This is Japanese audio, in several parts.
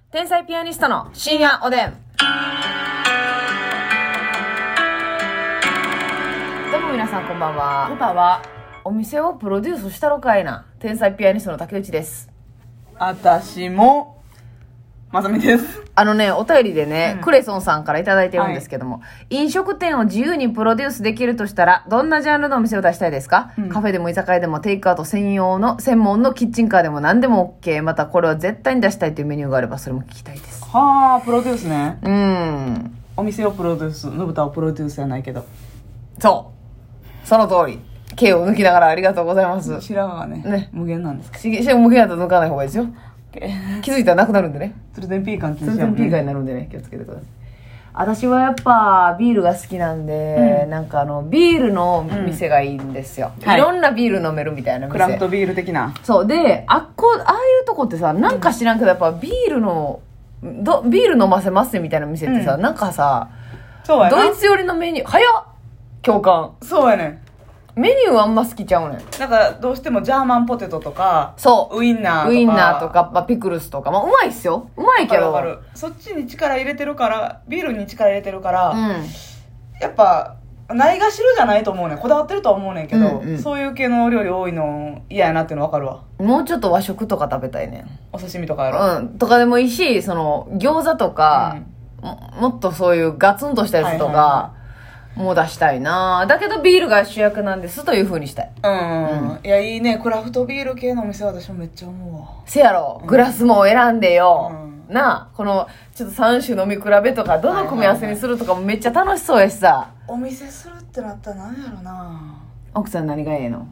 天才ピアニストの深夜おでん。どうも皆さんこんばんは。 こんばんは。 お店をプロデュースしたろかいな。天才ピアニストの竹内です。 私もまさみです。 お便りでね、クレソンさんからいただいてるんですけども、飲食店を自由にプロデュースできるとしたらどんなジャンルのお店を出したいですか？カフェでも居酒屋でもテイクアウト専門のキッチンカーでも何でも OK。 またこれは絶対に出したいというメニューがあればそれも聞きたいです。 はあ、プロデュースね。お店をプロデュース、のぶたをプロデュースじゃないけど。 その通り。毛を抜きながらありがとうございます。 白髪がね無限なんですか？ 無限だと抜かない方がいいですよ。気づいたらなくなるんでね。 ツルテンピーカン禁止ツルテンピーカンになるんでね、気をつけてください。私はやっぱビールが好きなんで、ビールの店がいいんですよ。いろんなビール飲めるみたいな店。 クラフトビール的な。 そうで、ああいうとこってさ、なんか知らんけどやっぱビール飲ませますみたいな店ってさ、なんかさ、 そうやな。 ドイツ寄りのメニュー早っ、共感。 そうやね。 メニューあんま好きちゃうねん。 なんかどうしてもジャーマンポテトとか、 そうウインナーとか、ピクルスとか、うまいっすよ。うまいけど。 わかる。そっちに力入れてるから、ビールに力入れてるから、 うん。 やっぱないがしろじゃないと思うねん。こだわってるとは思うねんけど、 うんうん、 そういう系の料理多いの嫌やなっていうの分かるわ。 もうちょっと和食とか食べたいねん。 お刺身とかやろ。 とかでもいいし、餃子とか、もっとそういうガツンとしたやつとか、もう出したいな。だけどビールが主役なんですという風にしたい。 いや、いいね。クラフトビール系のお店は私もめっちゃ思うわ。 せやろ、グラスも選んでよ。なあ、この、ちょっと3種飲み比べとか、どの組み合わせにするとかもめっちゃ楽しそうやしさ。 お店するってなったら何やろな。 奥さん何がええの？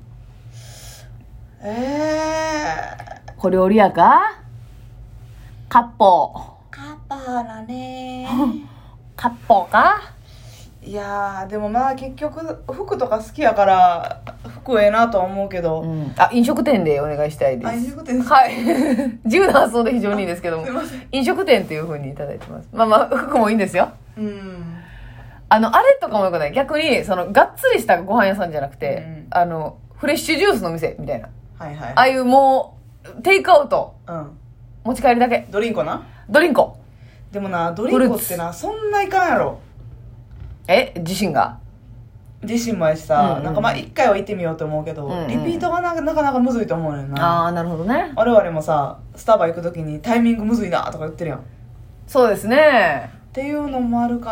小小料理屋か？割烹。 カパーだね。 割烹か？ いやー、でもまあ結局服とか好きやから服ええなとは思うけど、 飲食店でお願いしたいです。 飲食店です。 はい自由な発想で非常にいいですけども、 すいません。 飲食店っていう風にいただいてます。まあ服もいいんですよ。あれとかもよくない？逆にがっつりしたご飯屋さんじゃなくて、フレッシュジュースの店みたいな、 はいはい、 ああいうもうテイクアウト、持ち帰りだけドリンコな。 ドリンコでもな、ドリンコってなそんないかんやろ。 自身もやしさ、なんかまあ1回は行ってみようと思うけど、リピートがなかなかむずいと思うねんな。 ああ、なるほどね。 我々もさ、スタバ行く時にタイミングむずいなとか言ってるやん。 そうですね。 っていうのもあるから、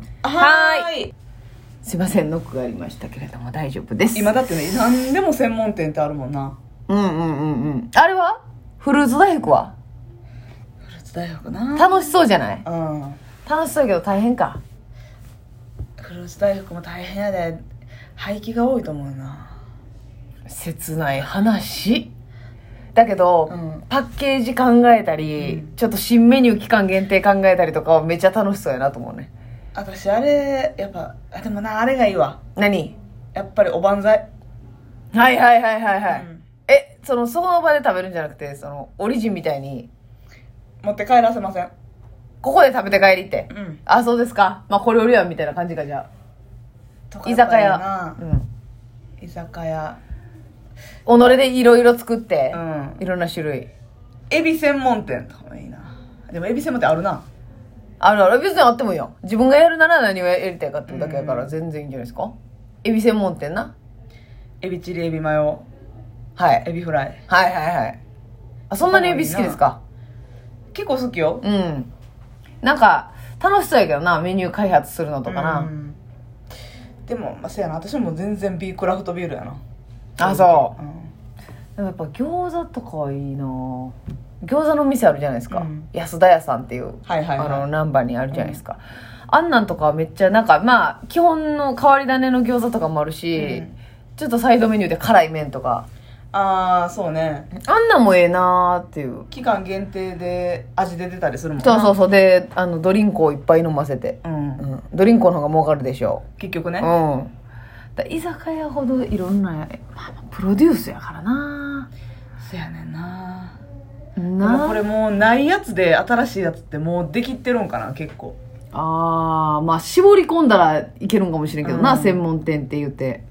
すいません、ノックがありましたけれども大丈夫です。 今だってね、何でも専門店ってあるもんな。 あれはフルーツ大福は？ フルーツ大福な。 楽しそうじゃない？楽しそうやけど大変か。 フルーツ大福も大変やで、廃棄が多いと思うな。 切ない話だけど、パッケージ考えたり、ちょっと新メニュー期間限定考えたりとかはめっちゃ楽しそうやなと思うね。 私あれやっぱでもな、あれがいいわ。 何？ やっぱりおばんざい。 はい、その場で食べるんじゃなくてオリジンみたいに持って帰らせません。 ここで食べて帰りって、あ、そうですか。まあ小料理屋みたいな感じか。じゃあ居酒屋、 居酒屋己でいろいろ作って、いろんな種類。 エビ専門店とかもいいな。でもエビ専門店あるな。 ある別にあってもいいよ。自分がやるなら何をやりたいかっていうだけだから全然いいんじゃないですか。エビ専門店な。 エビチリ、エビマヨ、エビフライ。 あ、そんなにエビ好きですか？ 結構好きよ。 なんか楽しそうやけどな、メニュー開発するのとかな。 でもまあせやな、私も全然クラフトビールやな。 あ、そう。でもやっぱ餃子とかはいいな。餃子の店あるじゃないですか、安田屋さんっていう、難波にあるじゃないですか、あんなんとかはめっちゃなんかまあ基本の変わり種の餃子とかもあるし、ちょっとサイドメニューで辛い麺とか、 そうね、 あんなんもええなーっていう。 期間限定で味で出たりするもんな。 そうでドリンクをいっぱい飲ませて、ドリンクの方が儲かるでしょ結局ね。 居酒屋ほどいろんな、プロデュースやからな。 そやねんな。でもこれもうないやつで新しいやつってもうできてるんかな、結構。 まあ絞り込んだらいけるんかもしれんけどな、専門店って言って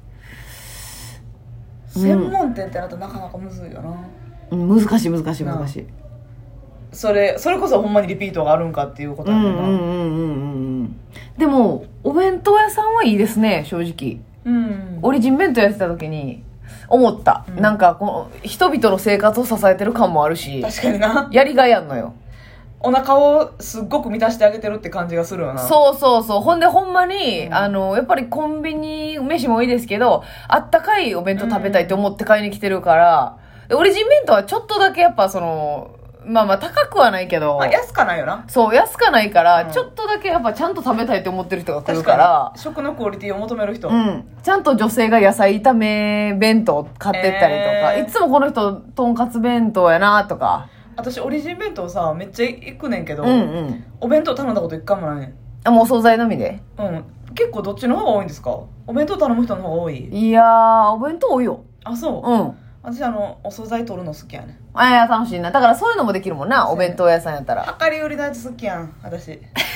専門店ってなるとなかなかむずいよな。 難しい。 それこそほんまにリピートがあるんかっていうことやねんな。 でもお弁当屋さんはいいですね、正直。オリジン弁当やってた時に思った、なんかこの人々の生活を支えてる感もあるし、 確かにな、 やりがいあんのよ。 お腹をすっごく満たしてあげてるって感じがするよな。 そうそうそう。ほんでほんまに、やっぱりコンビニ飯もいいですけど、あったかいお弁当食べたいと思って買いに来てるから、オリジン弁当はちょっとだけやっぱまあ高くはないけど、 安かないよな。 そう、安かないから、ちょっとだけやっぱちゃんと食べたいと思ってる人が来るから、 食のクオリティを求める人。 ちゃんと女性が野菜炒め弁当買ってったりとか、いつもこの人、とんかつ弁当やなとか。 私、オリジン弁当さ、めっちゃ行くねんけど、お弁当頼んだこと一回もないねん。 もうお惣菜のみで？ 結構どっちの方が多いんですか？お弁当頼む人の方が多い？ いやー、お弁当多いよ。 あ、そう。私お惣菜取るの好きやね。 楽しいな。だからそういうのもできるもんな、お弁当屋さんやったら。 量り売りのやつ好きやん、私。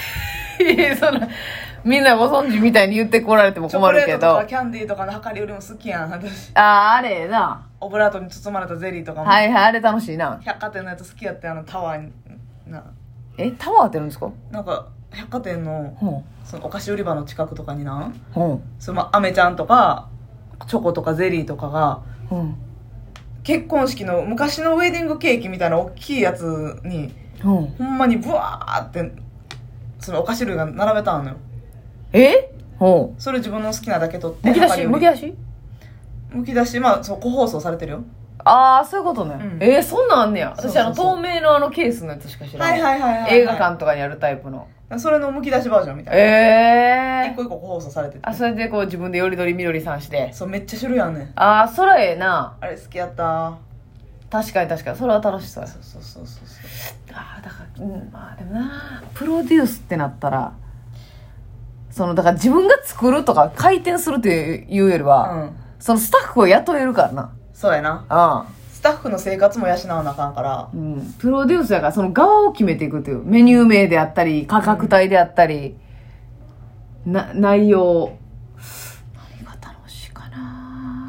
みんなご存知みたいに言ってこられても困るけど。 チョコレートとかキャンディーとかの量り売りも好きやん、私。 あれな。 オブラートに包まれたゼリーとかも。 あれ楽しいな。 百貨店のやつ好きやって、タワーにタワーってるんですか？ なんか百貨店の、そのお菓子売り場の近くとかにな、 そアメちゃんとかチョコとかゼリーとかが、結婚式の昔のウェディングケーキみたいな大きいやつに、ほんまにブワーってそのお菓子類が並べたのよ。それ自分の好きなだけ取って。 むき出し、 そう、個包装されてるよ。 そういうことね。そんなんあんねや。私透明のケースのやつしか知らない。映画館とかにあるタイプの。 それのむき出しバージョンみたいな。一個一個個包装されてて。 それで自分でよりどりみどりさんして。 そう、めっちゃ種類あんねん。 そらええな。 あれ好きやった。 確かに。それは楽しそうや。 そう。 だから、でもな、プロデュースってなったら、だから自分が作るとか回転するっていうよりは、そのスタッフを雇えるからな。 そうやな。スタッフの生活も養わなあかんから。 プロデュースやから、その側を決めていくっていう。メニュー名であったり、価格帯であったり、内容。何が楽しいかな。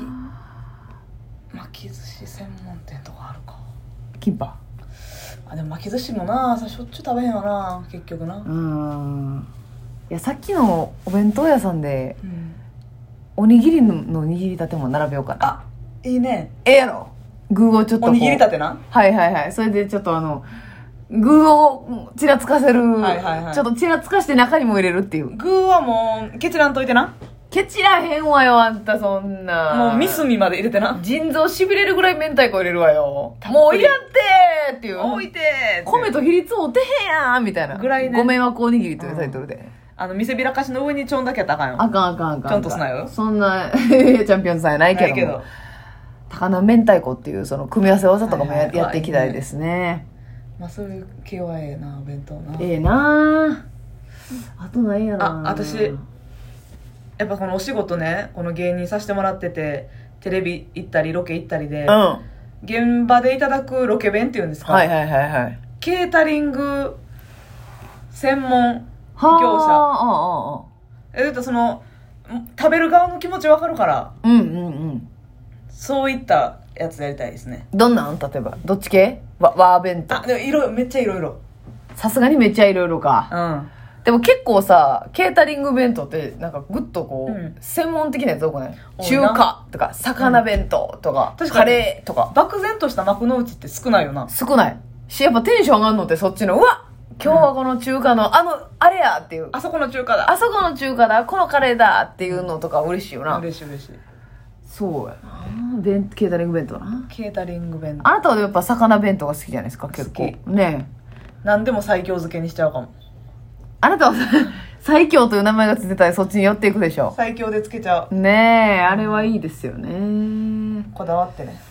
巻き寿司専門店とかあるか。 キンパ。 でも巻き寿司もな、しょっちゅう食べへんわな、結局な。 いや、さっきのお弁当屋さんで、おにぎりの握りたても並べようかな。 いいね。 やろ。具をちょっとおにぎりたてな。 それでちょっと具をちらつかせる。ちょっとちらつかして中にも入れるっていう。 具はもう、ケチらんといてな。 ケチらへんわよ、あんたそんな。 もうミスミまで入れてな。 腎臓痺れるぐらい明太子入れるわよ。もういらんてーっていう。 置いてー。 米と比率合うてへんやんみたいな。 ぐらいね。 ご迷惑おにぎりというタイトルで。 見せびらかしの上にちょんだけやったらあかんよ。 あかん。 ちょんとすなよ。 そんな、チャンピオンさんやないけど。高菜明太子っていうその組み合わせ技とかもやっていきたいですね。 そういう系はええな、お弁当な。 なあとないやろな。 私、やっぱこのお仕事ね、この芸人させてもらってて、テレビ行ったりロケ行ったりで、現場でいただくロケ弁っていうんですか。ケータリング専門業者。食べる側の気持ち分かるから。そういったやつやりたいですね。 どんなん？例えばどっち系？和弁当。 でもめっちゃいろいろ。 さすがにめっちゃいろいろか。でも結構さ、ケータリング弁当ってなんかグッと専門的なやつ多くない？中華とか魚弁当とか、カレーとか。 漠然とした幕の内って少ないよな。 少ないし、やっぱテンション上がるのってそっちの、うわっ、今日はこの中華のあれやっていう、 あそこの中華だ、 あそこの中華だ、このカレーだっていうのとか嬉しいよな。 嬉しい。 そうやな。ケータリング弁当な。 ケータリング弁当。 あなたはやっぱ魚弁当が好きじゃないですか、結構。ねえ。 何でも最強漬けにしちゃうかも。 あなたは最強という名前がついてたらそっちに寄っていくでしょ。 最強でつけちゃう。 ねえ、あれはいいですよね。 こだわってね。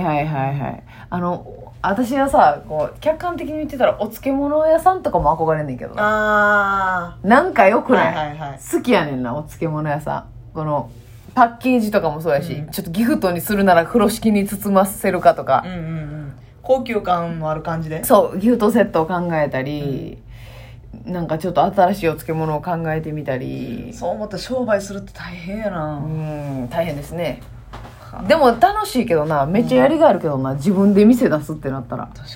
私はさ、客観的に言ってたらお漬物屋さんとかも憧れんねんけどな。なんかよくない？好きやねんな、お漬物屋さん。このパッケージとかもそうやし、ちょっとギフトにするなら風呂敷に包ませるかとか、 高級感のある感じで、 そうギフトセットを考えたり、なんかちょっと新しいお漬物を考えてみたり。 そう思ったら商売するって大変やな。 大変ですね。でも楽しいけどな、めっちゃやりがあるけどな、自分で店出すってなったら。 確かに。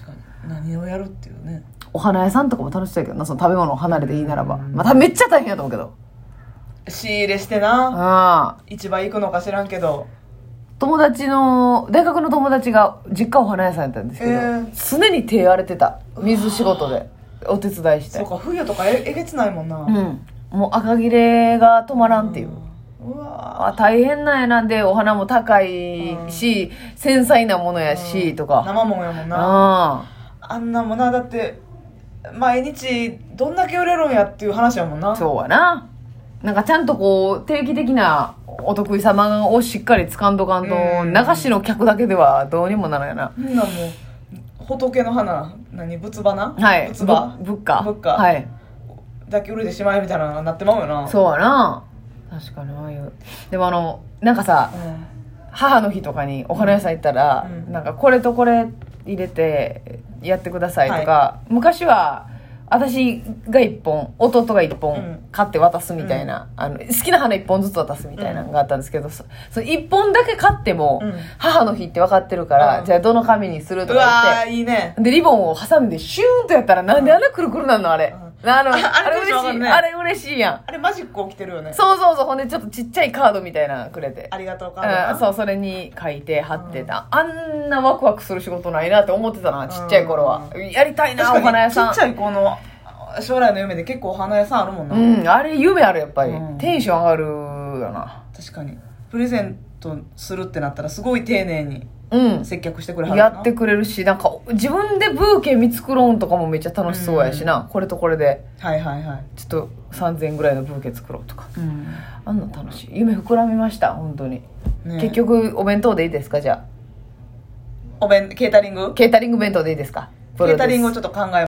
何をやるっていうね。 お花屋さんとかも楽しそうやけどな、その食べ物を離れていいならば。まためっちゃ大変やと思うけど。 仕入れしてな、市場行くのか知らんけど、 大学の友達が実家お花屋さんやったんですけど、常に手荒れてた。水仕事でお手伝いして。 そうか、冬とかえげつないもんな。 もう赤切れが止まらんっていう。うわ大変なんやなんで、お花も高いし、繊細なものやし、とか。 生もんやもんな。あんなもんな、だって毎日どんだけ売れるんやっていう話やもんな。 そうやな。なんかちゃんとこう定期的なお得意様をしっかり掴んどかんと、流しの客だけではどうにもならんやな。 もう仏の花、仏花、 はい、 仏花、 仏花、 はい、だけ売れてしまえみたいなのになってまうよな。 そうやな。確かにああいう。でもなんかさ、母の日とかにお花屋さん行ったら、なんかこれとこれ入れてやってくださいとか、昔は私が1本弟が1本買って渡すみたいな、好きな花1本ずつ渡すみたいなのがあったんですけど、その1本だけ買っても、母の日って分かってるから、じゃあどの紙にするとか言って、 いいね。 でリボンをハサミでシューンとやったら、なんであんなくるくるなんのあれ、あれ嬉しい、あれ嬉しいやん。 あれマジック起きてるよね。 そうほんでちょっとちっちゃいカードみたいなのくれて、 ありがとうカード、 そう、それに書いて貼ってた、あんなワクワクする仕事ないなって思ってたな、ちっちゃい頃は。やりたいな、お花屋さん。 ちっちゃい子の将来の夢で結構お花屋さんあるもんな。 あれ夢ある、やっぱり、テンション上がるよな。 確かにプレゼントするってなったらすごい丁寧に接客してくれはるやってくれるし、なんか自分でブーケ見繕うんとかもめっちゃ楽しそうやしな、これとこれでちょっと3000円ぐらいのブーケ作ろうとか、あんな楽しい。夢膨らみました本当に、結局お弁当でいいですか？じゃあケータリング弁当でいいですか？ ケータリングをちょっと考え